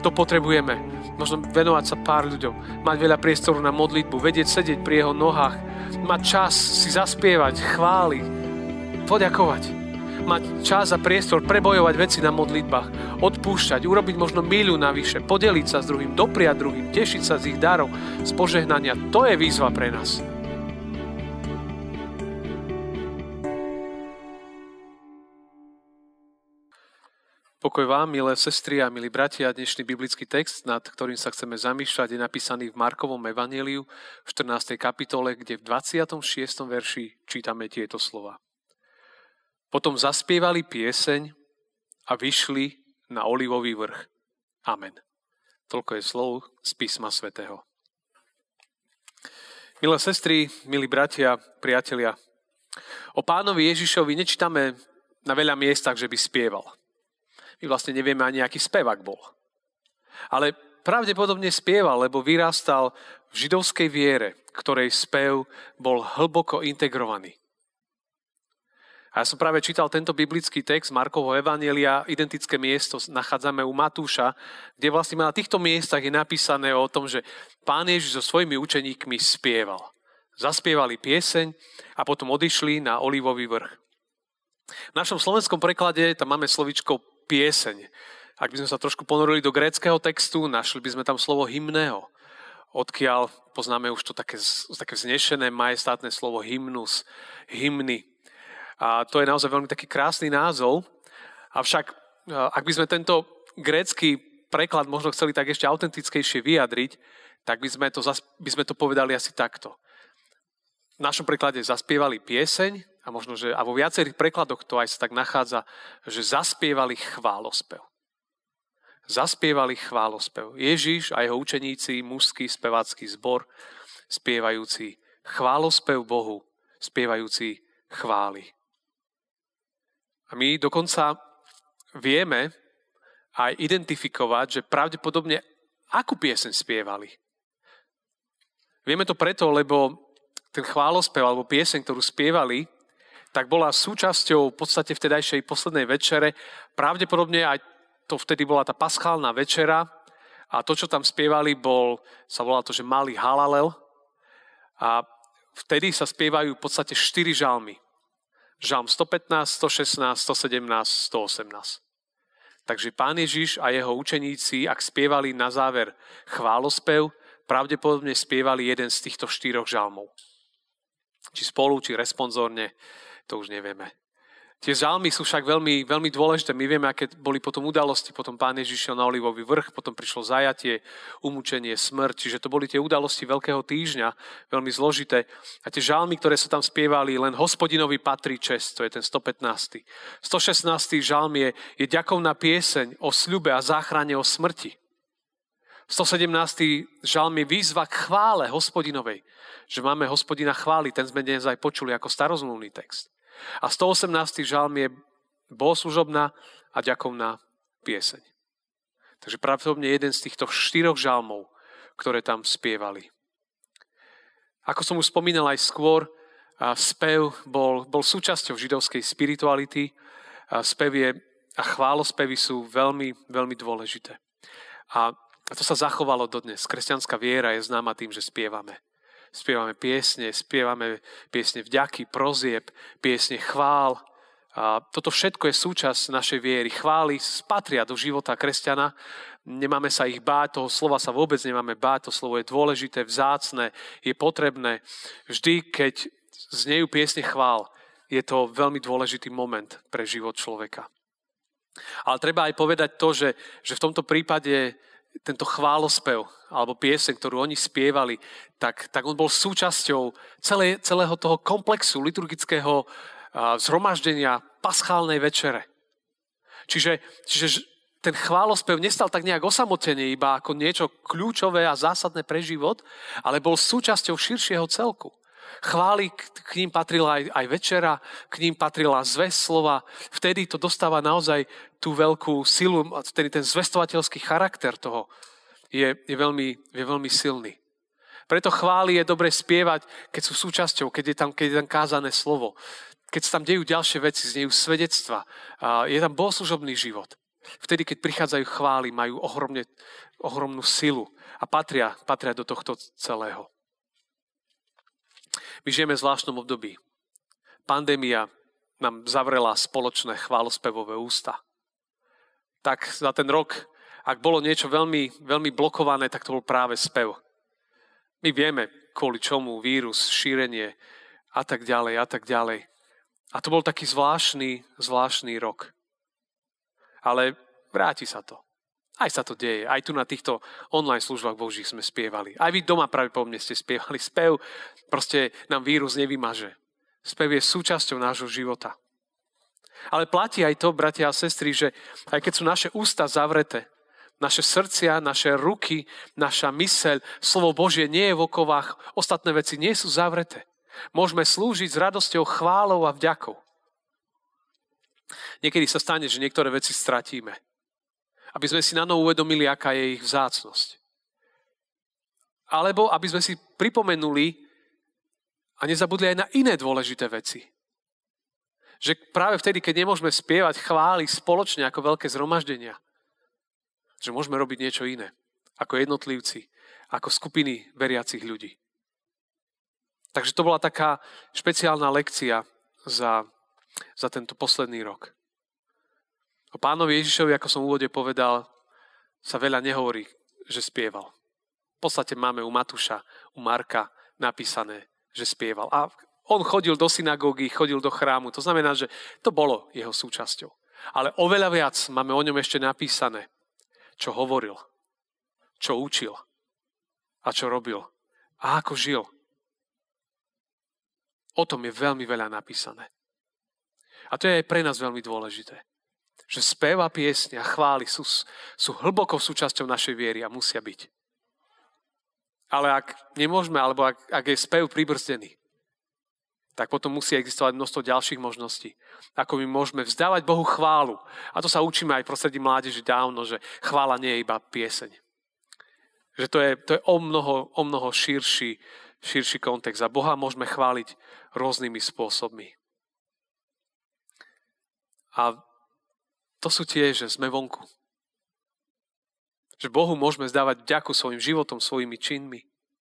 To potrebujeme. Možno venovať sa pár ľuďom, mať veľa priestoru na modlitbu, vedieť sedieť pri jeho nohách, mať čas si zaspievať, chváliť, poďakovať. Mať čas a priestor prebojovať veci na modlitbách, odpúšťať, urobiť možno míľu navyše, podeliť sa s druhým, dopriať druhým, tešiť sa z ich darov, z požehnania. To je výzva pre nás. Pokoj vám, milé sestry a milí bratia, dnešný biblický text, nad ktorým sa chceme zamýšľať, je napísaný v Markovom evanjeliu v 14. kapitole, kde v 26. verši čítame tieto slova. Potom zaspievali pieseň a vyšli na Olivový vrch. Amen. Toľko je slov z písma svätého. Milé sestry, milí bratia, priatelia, o pánovi Ježišovi nečítame na veľa miestach, že by spieval. My vlastne nevieme ani, aký spevák bol. Ale pravdepodobne spieval, lebo vyrastal v židovskej viere, ktorej spev bol hlboko integrovaný. A ja som práve čítal tento biblický text Markovho evanjelia, identické miesto nachádzame u Matúša, kde vlastne na týchto miestach je napísané o tom, že Pán Ježiš so svojimi učeníkmi spieval. Zaspievali pieseň a potom odišli na Olivový vrch. V našom slovenskom preklade tam máme slovičko pieseň. Ak by sme sa trošku ponorili do gréckeho textu, našli by sme tam slovo hymného, odkiaľ poznáme už to také vznešené, majestátne slovo hymnus, hymny. A to je naozaj veľmi taký krásny názov. Avšak, ak by sme tento grécky preklad možno chceli tak ešte autentickejšie vyjadriť, tak by sme to povedali asi takto. V našom preklade zaspievali pieseň a možno, že a vo viacerých prekladoch to aj sa tak nachádza, že zaspievali chválospev. Zaspievali chválospev. Ježiš a jeho učeníci, mužský spevácky zbor, spievajúci chválospev Bohu, spievajúci chvály. A my dokonca vieme aj identifikovať, že pravdepodobne akú pieseň spievali. Vieme to preto, lebo ten chválospev alebo pieseň, ktorú spievali, tak bola súčasťou v podstate vtedajšej poslednej večere. Pravdepodobne aj to vtedy bola tá paschálna večera a to, čo tam spievali, sa volá to, že Malý Halalel. A vtedy sa spievajú v podstate 4 žalmy. Žalm 115, 116, 117, 118. Takže Pán Ježiš a jeho učeníci, ak spievali na záver chválospev, pravdepodobne spievali jeden z týchto 4 žalmov. Či spolu, či responsórne, to už nevieme. Tie žalmy sú však veľmi, veľmi dôležité. My vieme, aké boli potom udalosti. Potom Pán Ježiš šiel na Olivový vrch, potom prišlo zajatie, umúčenie, smrť. Čiže to boli tie udalosti Veľkého týždňa, veľmi zložité. A tie žalmy, ktoré sa tam spievali, len Hospodinovi patrí česť, to je ten 115. 116. žalm je ďakovná pieseň o sľube a záchrane o smrti. 117. žalm je výzva k chvále Hospodinovej, že máme Hospodina chváliť, ten sme dnes aj počuli ako starozmluvný text. A 118. žalm je bohoslužobná a ďakovná pieseň. Takže pravdepodobne jeden z týchto 4 žalmov, ktoré tam spievali. Ako som už spomínal aj skôr, spev bol súčasťou židovskej spirituality. Spevie a chválospevy sú veľmi, veľmi dôležité. A to sa zachovalo dodnes. Kresťanská viera je známa tým, že spievame. Spievame piesne vďaky, prozieb, piesne chvál. A toto všetko je súčasť našej viery. Chvály patria do života kresťana. Nemáme sa ich báť, toho slova sa vôbec nemáme báť. To slovo je dôležité, vzácne, je potrebné. Vždy, keď znejú piesne chvál, je to veľmi dôležitý moment pre život človeka. Ale treba aj povedať to, že v tomto prípade tento chválospev alebo pieseň, ktorú oni spievali, tak on bol súčasťou celého toho komplexu liturgického zhromaždenia paschálnej večere. Čiže ten chválospev nestal tak nejak osamotene iba ako niečo kľúčové a zásadné pre život, ale bol súčasťou širšieho celku. Chvály, k ním patrila aj večera, k ním patrila zvesť slova. Vtedy to dostáva naozaj tú veľkú silu, vtedy ten zvestovateľský charakter toho je veľmi silný. Preto chvály je dobre spievať, keď sú súčasťou, keď je tam kázané slovo. Keď sa tam dejú ďalšie veci, znejú svedectva, je tam bohoslužobný život. Vtedy, keď prichádzajú chvály, majú ohromnú silu a patria do tohto celého. My žijeme v zvláštnom období. Pandémia nám zavrela spoločné chválospevové ústa. Tak za ten rok, ak bolo niečo veľmi, veľmi blokované, tak to bol práve spev. My vieme, kvôli čomu vírus, šírenie a tak ďalej, a tak ďalej. A to bol taký zvláštny rok. Ale vráti sa to. Aj sa to deje. Aj tu na týchto online službách Božích sme spievali. Aj vy doma pravdepodobne ste spievali. Spev proste nám vírus nevymaže. Spev je súčasťou nášho života. Ale platí aj to, bratia a sestry, že aj keď sú naše ústa zavreté, naše srdcia, naše ruky, naša myseľ, slovo Božie nie je v okovách, ostatné veci nie sú zavreté. Môžeme slúžiť s radosťou, chválou a vďakou. Niekedy sa stane, že niektoré veci stratíme. Aby sme si na novo uvedomili, aká je ich vzácnosť. Alebo aby sme si pripomenuli a nezabudli aj na iné dôležité veci. Že práve vtedy, keď nemôžeme spievať chvály spoločne ako veľké zhromaždenia, že môžeme robiť niečo iné. Ako jednotlivci, ako skupiny veriacich ľudí. Takže to bola taká špeciálna lekcia za tento posledný rok. O Pánovi Ježišovi, ako som v úvode povedal, sa veľa nehovorí, že spieval. V podstate máme u Matúša, u Marka napísané, že spieval. A on chodil do synagógy, chodil do chrámu. To znamená, že to bolo jeho súčasťou. Ale oveľa viac máme o ňom ešte napísané, čo hovoril, čo učil a čo robil a ako žil. O tom je veľmi veľa napísané. A to je aj pre nás veľmi dôležité. Že spev a piesne a chvály sú hlbokou súčasťou našej viery a musia byť. Ale ak nemôžeme, alebo ak je spev pribrzdený, tak potom musí existovať množstvo ďalších možností. Ako my môžeme vzdávať Bohu chválu. A to sa učíme aj prostredí mládeži dávno, že chvála nie je iba pieseň. Že to je o mnoho širší kontext. A Boha môžeme chváliť rôznymi spôsobmi. A to sú tie, že sme vonku. Že Bohu môžeme zdávať vďaku svojim životom, svojimi činmi.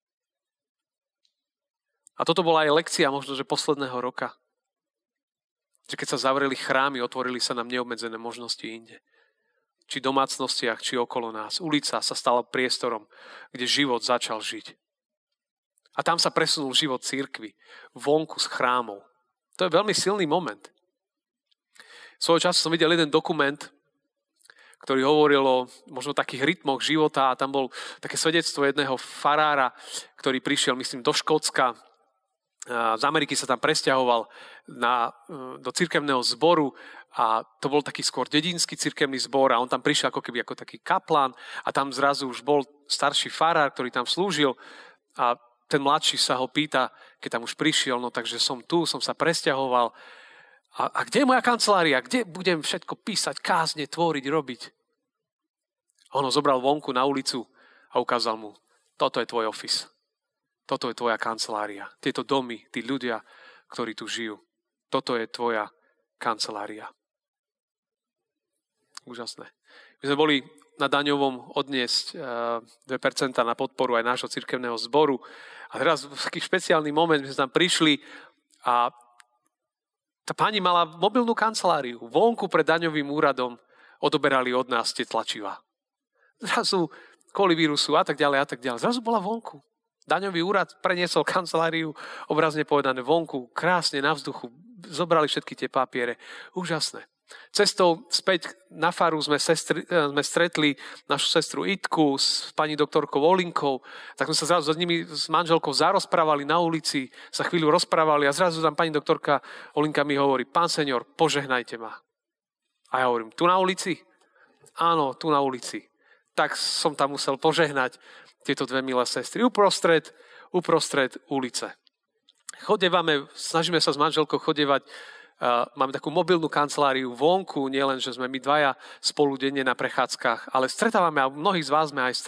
A toto bola aj lekcia možno, že posledného roka. Že keď sa zavreli chrámy, otvorili sa nám neobmedzené možnosti inde. Či v domácnostiach, či okolo nás. Ulica sa stala priestorom, kde život začal žiť. A tam sa presunul život cirkvi, vonku z chrámov. To je veľmi silný moment. Svojho času som videl jeden dokument, ktorý hovoril o možno takých rytmoch života a tam bol také svedectvo jedného farára, ktorý prišiel, myslím, do Škótska. Z Ameriky sa tam presťahoval do cirkevného zboru a to bol taký skôr dedinský cirkevný zbor a on tam prišiel ako keby ako taký kaplán a tam zrazu už bol starší farár, ktorý tam slúžil a ten mladší sa ho pýta, keď tam už prišiel, no takže som tu, som sa presťahoval a kde je moja kancelária, kde budem všetko písať, kázne, tvoriť, robiť? On ho zobral vonku na ulicu a ukázal mu, toto je tvoj office. Toto je tvoja kancelária. Tieto domy, tí ľudia, ktorí tu žijú. Toto je tvoja kancelária. Úžasné. My sme boli na Daňovom odniesť 2% na podporu aj nášho cirkevného zboru. A teraz v taký špeciálny moment, my sme tam prišli a tá pani mala mobilnú kanceláriu. Vonku pred daňovým úradom odoberali od nás tie tlačivá. Zrazu kvôli vírusu a tak ďalej a tak ďalej. Zrazu bola vonku. Daňový úrad preniesol kanceláriu, obrazne povedané vonku, krásne na vzduchu, zobrali všetky tie papiere. Úžasné. Cestou späť na faru sme stretli našu sestru Itku s pani doktorkou Olinkou, tak sme sa zrazu s nimi s manželkou zarozprávali na ulici, sa chvíľu rozprávali a zrazu tam pani doktorka Olinka mi hovorí, pán senior, požehnajte ma. A ja hovorím, tu na ulici? Áno, tu na ulici. Tak som tam musel požehnať tieto dve milé sestry uprostred ulice. Snažíme sa s manželkou chodevať, máme takú mobilnú kanceláriu vonku, nielen, že sme my dvaja spolu denne na prechádzkach, ale stretávame, a mnohých z vás sme aj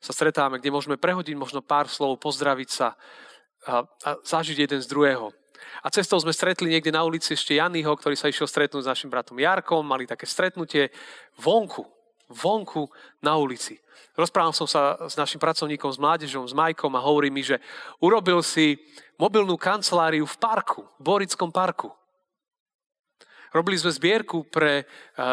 stretávame, kde môžeme prehodiť možno pár slov, pozdraviť sa a zažiť jeden z druhého. A cestou sme stretli niekde na ulici ešte Janyho, ktorý sa išiel stretnúť s našim bratom Jarkom. Mali také stretnutie vonku na ulici. Rozprával som sa s našim pracovníkom, s mládežom, s Majkom a hovorí mi, že urobil si mobilnú kanceláriu v parku, v Borickom parku. Robili sme zbierku pre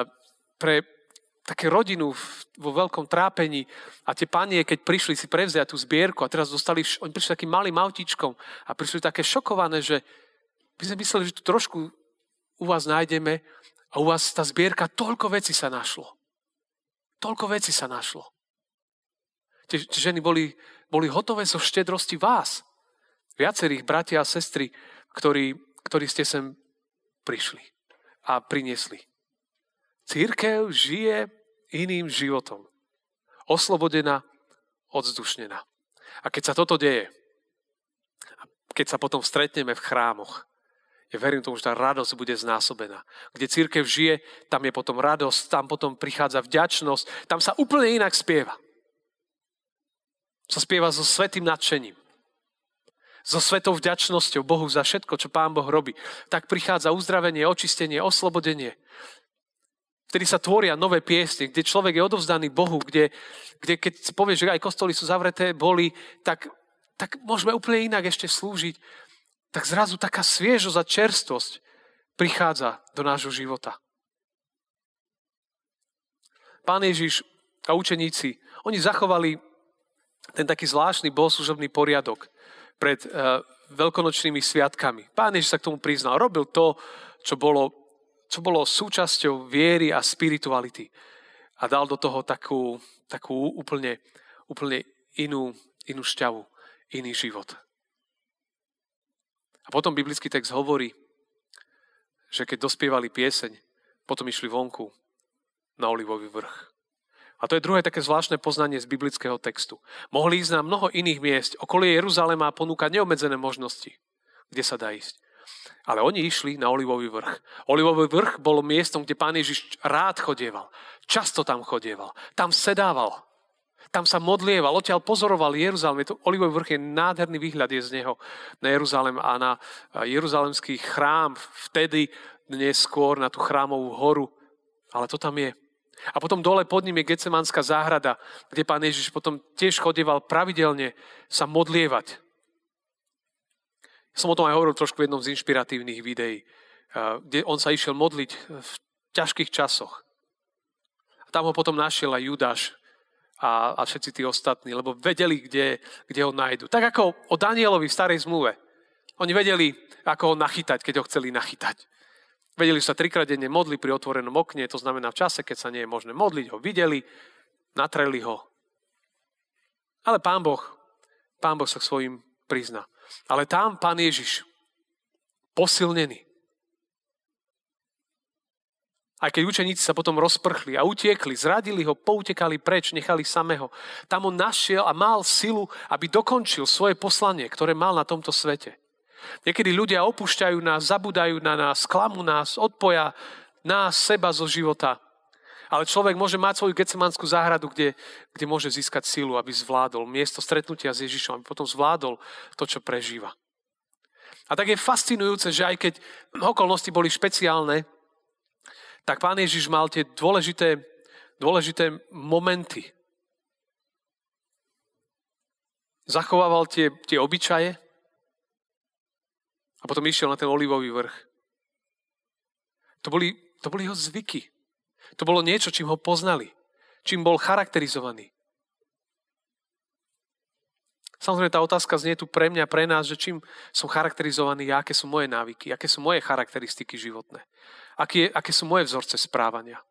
také rodinu vo veľkom trápení a tie panie, keď prišli si prevziať tú zbierku a teraz oni prišli takým malým autíčkom a prišli také šokované, že my sme mysleli, že tu trošku u vás nájdeme a u vás tá zbierka, toľko vecí sa našlo. Tie ženy boli hotové zo štedrosti vás, viacerých bratia a sestry, ktorí ste sem prišli a priniesli. Cirkev žije iným životom. Oslobodená, odzdušnená. A keď sa toto deje, keď sa potom stretneme v chrámoch, ja verím tomu, že tá radosť bude znásobená. Kde cirkev žije, tam je potom radosť, tam potom prichádza vďačnosť, tam sa úplne inak spieva. Sa spieva so svätým nadšením. So svetou vďačnosťou Bohu za všetko, čo Pán Boh robí. Tak prichádza uzdravenie, očistenie, oslobodenie. Vtedy sa tvoria nové piesne, kde človek je odovzdaný Bohu, kde keď povieš, že aj kostoly sú zavreté, tak môžeme úplne inak ešte slúžiť. Tak zrazu taká sviežosť a čerstvosť prichádza do nášho života. Pán Ježiš a učeníci, oni zachovali ten taký zvláštny bohoslužobný poriadok pred veľkonočnými sviatkami. Pán Ježiš sa k tomu priznal. Robil to, čo bolo súčasťou viery a spirituality. A dal do toho takú úplne inú šťavu, iný život. A potom biblický text hovorí, že keď dospievali pieseň, potom išli vonku na Olivový vrch. A to je druhé také zvláštne poznanie z biblického textu. Mohli ísť na mnoho iných miest, okolie Jeruzalema a ponúkať neobmedzené možnosti, kde sa dá ísť. Ale oni išli na Olivový vrch. Olivový vrch bolo miestom, kde Pán Ježiš rád chodieval. Často tam chodieval. Tam sedával. Tam sa modlieval. Odtiaľ pozoroval Jeruzalém. Olivový vrch je nádherný výhľad je z neho na Jeruzalém a na jeruzalemský chrám. Vtedy dnes skôr na tú chrámovú horu. Ale to tam je. A potom dole pod ním je Getsemanská záhrada, kde Pán Ježiš potom tiež chodieval pravidelne sa modlievať. Som o tom aj hovoril trošku v jednom z inšpiratívnych videí, kde on sa išiel modliť v ťažkých časoch. A tam ho potom našiel aj Judáš a všetci tí ostatní, lebo vedeli, kde ho nájdu. Tak ako o Danielovi v starej zmluve. Oni vedeli, ako ho nachytať, keď ho chceli nachytať. Vedeli, že sa 3-krát denne modli pri otvorenom okne, to znamená v čase, keď sa nie je možné modliť, ho videli, natreli ho. Ale Pán Boh sa k svojim prizná. Ale tam Pán Ježiš, posilnený. Aj keď učeníci sa potom rozprchli a utiekli, zradili ho, poutekali preč, nechali samého. Tam on našiel a mal silu, aby dokončil svoje poslanie, ktoré mal na tomto svete. Niekedy ľudia opúšťajú nás, zabúdajú na nás, klamú nás, odpoja nás, seba zo života. Ale človek môže mať svoju Getsemanskú záhradu, kde môže získať silu, aby zvládol miesto stretnutia s Ježišom, aby potom zvládol to, čo prežíva. A tak je fascinujúce, že aj keď okolnosti boli špeciálne, tak Pán Ježiš mal tie dôležité momenty. Zachovával tie obyčaje a potom išiel na ten Olivový vrch. To boli jeho zvyky. To bolo niečo, čím ho poznali. Čím bol charakterizovaný. Samozrejme, tá otázka znie tu pre mňa, pre nás, že čím som charakterizovaný, aké sú moje návyky, aké sú moje charakteristiky životné. Aké sú moje vzorce správania.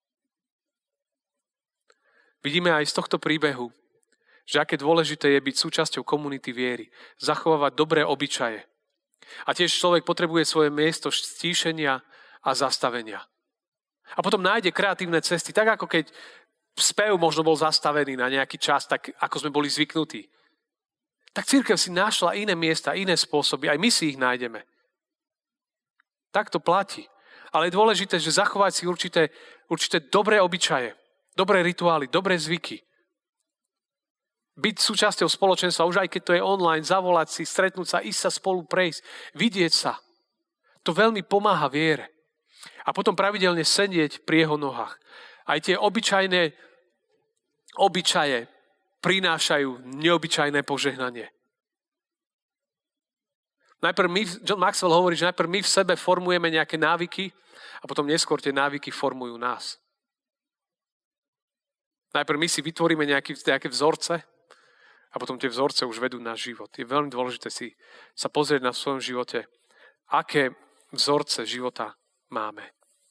Vidíme aj z tohto príbehu, že aké dôležité je byť súčasťou komunity viery. Zachovávať dobré obyčaje. A tiež človek potrebuje svoje miesto stíšenia a zastavenia. A potom nájde kreatívne cesty, tak ako keď spev možno bol zastavený na nejaký čas, tak ako sme boli zvyknutí. Tak cirkev si našla iné miesta, iné spôsoby, aj my si ich nájdeme. Tak to platí. Ale je dôležité, že zachovať si určité dobré obyčaje, dobré rituály, dobré zvyky. byť súčasťou spoločenstva, už aj keď to je online, zavolať si, stretnúť sa, ísť sa spolu prejsť, vidieť sa. To veľmi pomáha viere. A potom pravidelne sedieť pri jeho nohách. Aj tie obyčaje prinášajú neobyčajné požehnanie. John Maxwell hovorí, že najprv my v sebe formujeme nejaké návyky a potom neskôr tie návyky formujú nás. Najprv my si vytvoríme nejaké vzorce a potom tie vzorce už vedú náš život. Je veľmi dôležité sa pozrieť na svojom živote, aké vzorce života máme.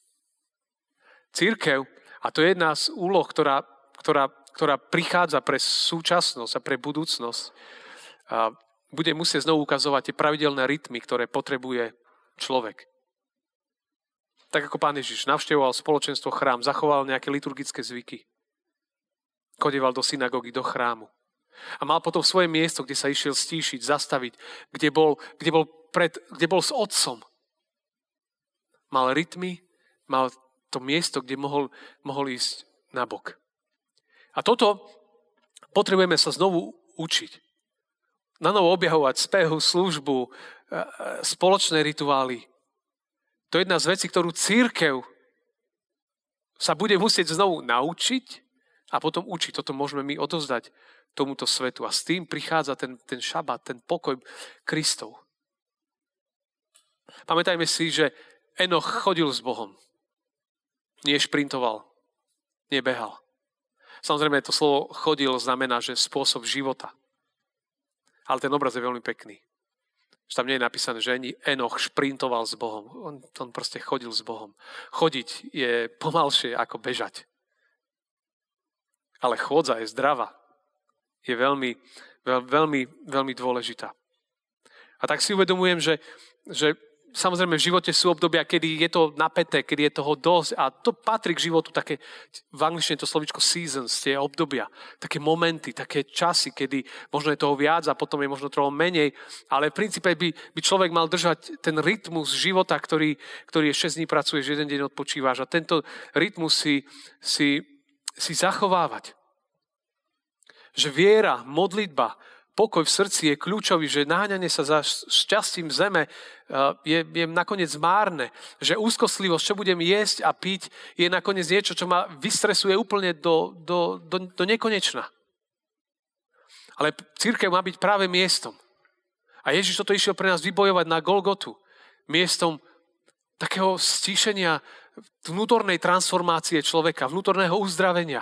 Cirkev, a to je jedna z úloh, ktorá prichádza pre súčasnosť a pre budúcnosť, bude musieť znovu ukazovať tie pravidelné rytmy, ktoré potrebuje človek. Tak ako Pán Ježiš navštevoval spoločenstvo, chrám, zachoval nejaké liturgické zvyky. Chodieval do synagógy, do chrámu. A mal potom svoje miesto, kde sa išiel stíšiť, zastaviť, kde bol s otcom. Mal rytmy, mal to miesto, kde mohol ísť na bok. A toto potrebujeme sa znovu učiť. Na novo objavovať spevu, službu, spoločné rituály. To je jedna z vecí, ktorú cirkev sa bude musieť znovu naučiť a potom učiť. Toto môžeme my odovzdať tomuto svetu. A s tým prichádza ten šabat, ten pokoj Kristov. Pamätajme si, že Enoch chodil s Bohom. Nie šprintoval, nebehal. Samozrejme, to slovo chodil znamená, že spôsob života. Ale ten obraz je veľmi pekný. Že tam nie je napísané, že Enoch šprintoval s Bohom. On proste chodil s Bohom. Chodiť je pomalšie ako bežať. Ale chôdza je zdravá. Je veľmi, veľmi, veľmi dôležitá. A tak si uvedomujem, že samozrejme v živote sú obdobia, kedy je to napäté, kedy je toho dosť a to patrí k životu také, v angličtine to slovičko seasons, tie obdobia, také momenty, také časy, kedy možno je toho viac a potom je možno trochu menej, ale v princípe by človek mal držať ten rytmus života, ktorý je 6 dní pracuješ, 1 deň odpočívaš a tento rytmus si zachovávať. Že viera, modlitba, pokoj v srdci je kľúčový, že naháňanie sa za šťastím zeme je nakoniec márne. Že úzkostlivosť, čo budem jesť a piť, je nakoniec niečo, čo ma vystresuje úplne do nekonečna. Ale cirkev má byť práve miestom. A Ježiš toto išiel pre nás vybojovať na Golgotu. Miestom takého stíšenia, vnútornej transformácie človeka, vnútorného uzdravenia.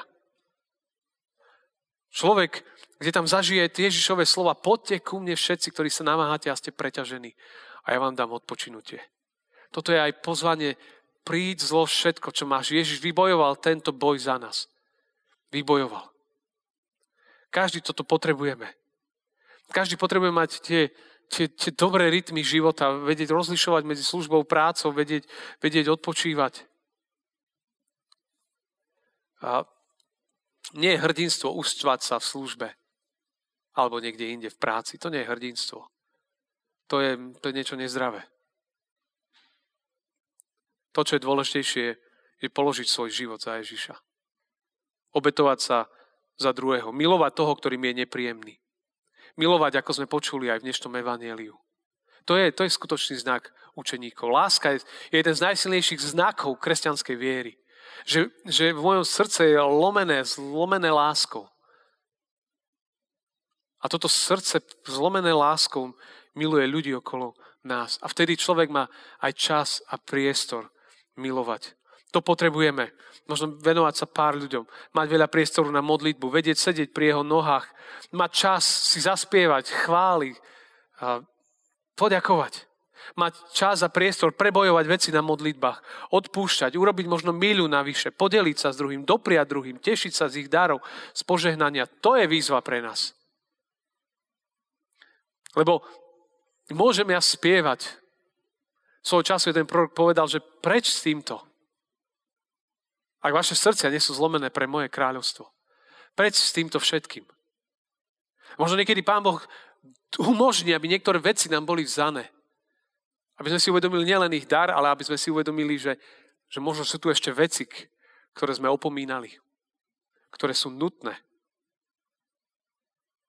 Človek, kde tam zažije Ježišove slova, poďte ku mne všetci, ktorí sa namáhate a ste preťažení a ja vám dám odpočinutie. Toto je aj pozvanie, príď zlo všetko, čo máš. Ježiš vybojoval tento boj za nás. Vybojoval. Každý toto potrebujeme. Každý potrebuje mať tie dobré rytmy života, vedieť rozlišovať medzi službou, prácou, vedieť odpočívať. A nie je hrdinstvo ustvať sa v službe alebo niekde inde v práci. To nie je hrdinstvo. To je niečo nezdravé. To, čo je dôležitejšie, je položiť svoj život za Ježiša. Obetovať sa za druhého. Milovať toho, ktorý mi je nepríjemný. Milovať, ako sme počuli aj v dnešnom evanjeliu. To je skutočný znak učeníkov. Láska je jeden z najsilnejších znakov kresťanskej viery. Že v mojom srdce je zlomené láskou. A toto srdce zlomené láskou miluje ľudí okolo nás. A vtedy človek má aj čas a priestor milovať. To potrebujeme. Možno venovať sa pár ľuďom. Mať veľa priestoru na modlitbu. Vedieť sedieť pri jeho nohách. Mať čas si zaspievať, chváliť. Poďakovať. Mať čas a priestor prebojovať veci na modlitbách. Odpúšťať. Urobiť možno míľu navyše. Podeliť sa s druhým. Dopriať druhým. Tešiť sa z ich darov. Z požehnania. To je výzva pre nás. Lebo môžem ja spievať. Svojho času jeden prorok povedal, že preč s týmto. Ak vaše srdcia nie sú zlomené pre moje kráľovstvo. Preč s týmto všetkým. Možno niekedy Pán Boh umožní, aby niektoré veci nám boli vzané. Aby sme si uvedomili nielen ich dar, ale aby sme si uvedomili, že možno sú tu ešte veci, ktoré sme opomínali. Ktoré sú nutné.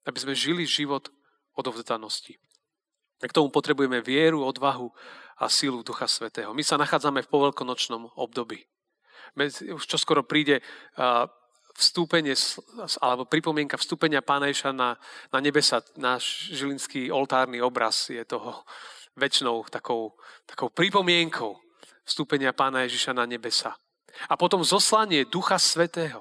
Aby sme žili život odovzdanosti. K tomu potrebujeme vieru, odvahu a silu Ducha Svätého. My sa nachádzame v poveľkonočnom období. Už čoskoro príde vstúpenie, alebo pripomienka vstúpenia Pána Ježiša na nebesa. Náš žilinský oltárny obraz je toho večnou takou pripomienkou vstúpenia Pána Ježiša na nebesa. A potom zoslanie Ducha Svätého.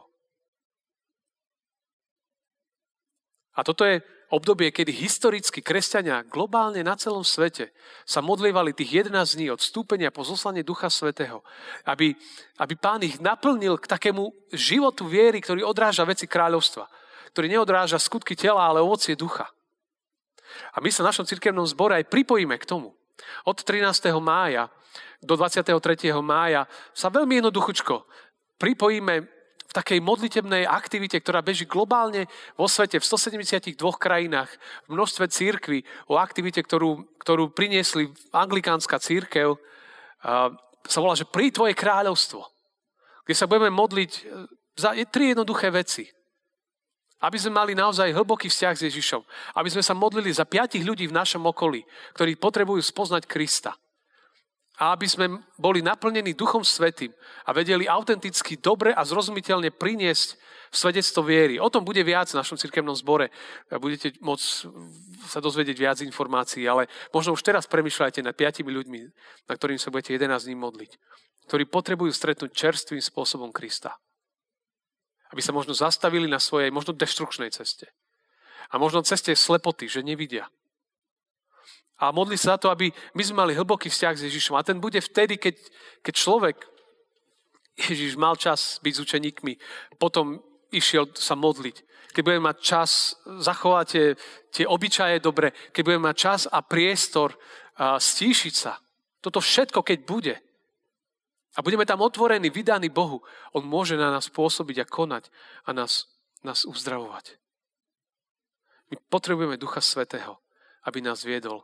A toto je obdobie, kedy historicky kresťania globálne na celom svete sa modlievali tých 11 dní od vstúpenia po zoslanie Ducha Svätého, aby Pán ich naplnil k takému životu viery, ktorý odráža veci kráľovstva, ktorý neodráža skutky tela, ale ovocie ducha. A my sa v našom cirkevnom zbore aj pripojíme k tomu. Od 13. mája do 23. mája sa veľmi jednoduchučko pripojíme v takej modlitebnej aktivite, ktorá beží globálne vo svete, v 172 krajinách, v množstve cirkví, o aktivite, ktorú priniesli anglikánska cirkev, sa volá, že Príď tvoje kráľovstvo, kde sa budeme modliť za 3 jednoduché veci. Aby sme mali naozaj hlboký vzťah s Ježišom. Aby sme sa modlili za 5 ľudí v našom okolí, ktorí potrebujú spoznať Krista. A aby sme boli naplnení Duchom Svätým a vedeli autenticky, dobre a zrozumiteľne priniesť svedectvo viery. O tom bude viac v našom cirkevnom zbore. Budete môcť sa dozvedieť viac informácií, ale možno už teraz premýšľajte nad 5 ľuďmi, na ktorým sa budete 11 dní modliť, ktorí potrebujú stretnúť čerstvým spôsobom Krista. Aby sa možno zastavili na svojej, možno deštrukčnej ceste. A možno ceste slepoty, že nevidia. A modli sa za to, aby my sme mali hlboký vzťah s Ježišom. A ten bude vtedy, keď človek, Ježiš mal čas byť s učeníkmi, potom išiel sa modliť. Keď budeme mať čas zachovať tie obyčaje dobre, keď budeme mať čas a priestor stíšiť sa. Toto všetko, keď bude. A budeme tam otvorení, vydaní Bohu. On môže na nás pôsobiť a konať a nás uzdravovať. My potrebujeme Ducha Svätého, aby nás viedol.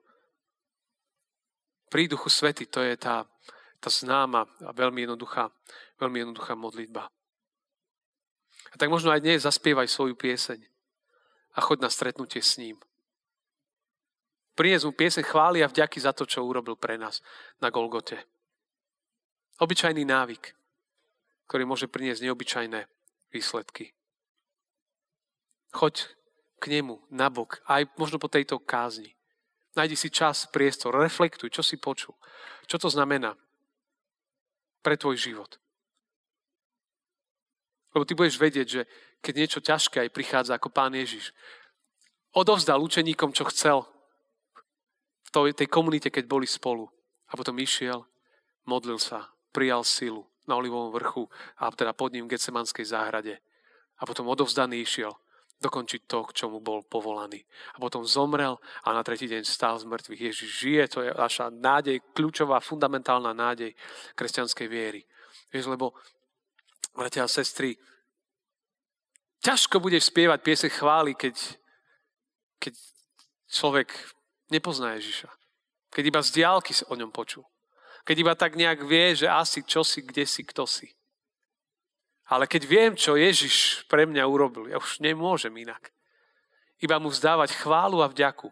Pri Duchu Svätý, to je tá známa a veľmi jednoduchá modlitba. A tak možno aj dnes zaspievaj svoju pieseň a choď na stretnutie s ním. Priniesť mu pieseň chvály a vďaky za to, čo urobil pre nás na Golgote. Obyčajný návyk, ktorý môže priniesť neobyčajné výsledky. Choď k nemu nabok, aj možno po tejto kázni. Nájdi si čas, priestor, reflektuj, čo si počul. Čo to znamená pre tvoj život. Lebo ty budeš vedieť, že keď niečo ťažké aj prichádza ako Pán Ježiš, odovzdal učeníkom, čo chcel v tej komunite, keď boli spolu. A potom išiel, modlil sa, prijal silu na Olivovom vrchu a teda pod ním v Getsemanskej záhrade. A potom odovzdaný išiel dokončiť to, k čomu bol povolaný. A potom zomrel a na 3. deň stál z mŕtvych. Ježiš žije, to je naša nádej, kľúčová, fundamentálna nádej kresťanskej viery. Vieš, lebo, bratia a sestry, ťažko budeš spievať pieseň chvály, keď človek nepozná Ježiša. Keď iba z diaľky o ňom počul. Keď iba tak nejak vie, že asi čo si, kde si, kto si. Ale keď viem, čo Ježiš pre mňa urobil, ja už nemôžem inak. Iba mu vzdávať chválu a vďaku.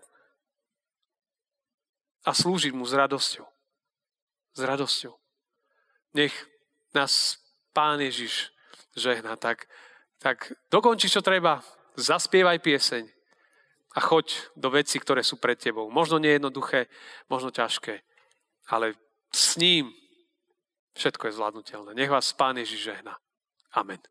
A slúžiť mu s radosťou. S radosťou. Nech nás Pán Ježiš žehná. Tak dokonči, čo treba, zaspievaj pieseň a choď do vecí, ktoré sú pred tebou. Možno nejednoduché, možno ťažké, ale s ním všetko je zvládnutelné. Nech vás Pán Ježiš žehná. Amen.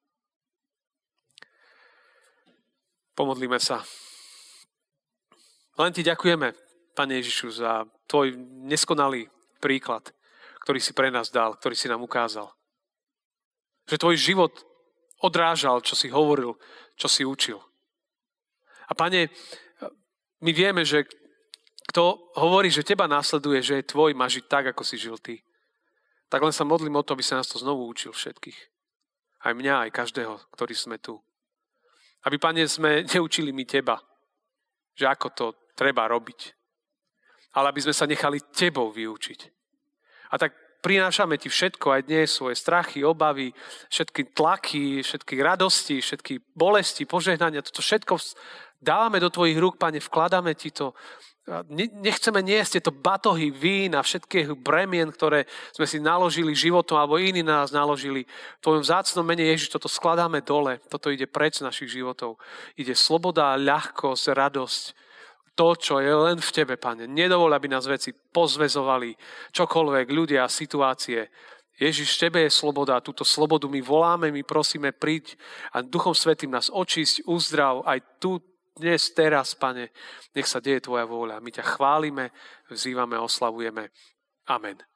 Pomodlíme sa. Len ti ďakujeme, Pane Ježišu, za tvoj neskonalý príklad, ktorý si pre nás dal, ktorý si nám ukázal. Že tvoj život odrážal, čo si hovoril, čo si učil. A Pane, my vieme, že kto hovorí, že teba následuje, že je tvoj, má žiť tak, ako si žil ty. Tak len sa modlím o to, aby sa nás to znovu učil všetkých. Aj mňa, aj každého, ktorý sme tu. Aby, Pane, sme neučili my teba, že ako to treba robiť. Ale aby sme sa nechali tebou vyučiť. A tak prinášame ti všetko aj dnes, svoje strachy, obavy, všetky tlaky, všetky radosti, všetky bolesti, požehnania. Toto všetko dávame do tvojich rúk, Pane, vkladáme ti to. Nechceme niesť tieto batohy vín a všetkých bremien, ktoré sme si naložili životom alebo iní na nás naložili. V tvojom vzácnom mene, Ježiš, toto skladáme dole. Toto ide preč z našich životov. Ide sloboda, ľahkosť, radosť. To, čo je len v tebe, Pane. Nedovol, aby nás veci pozväzovali, čokoľvek, ľudia, situácie. Ježiš, tebe je sloboda a túto slobodu my voláme, my prosíme, príď a Duchom Svätým nás očisť, uzdrav aj tu, dnes, teraz, Pane. Nech sa deje tvoja vôľa. My ťa chválime, vzývame, oslavujeme. Amen.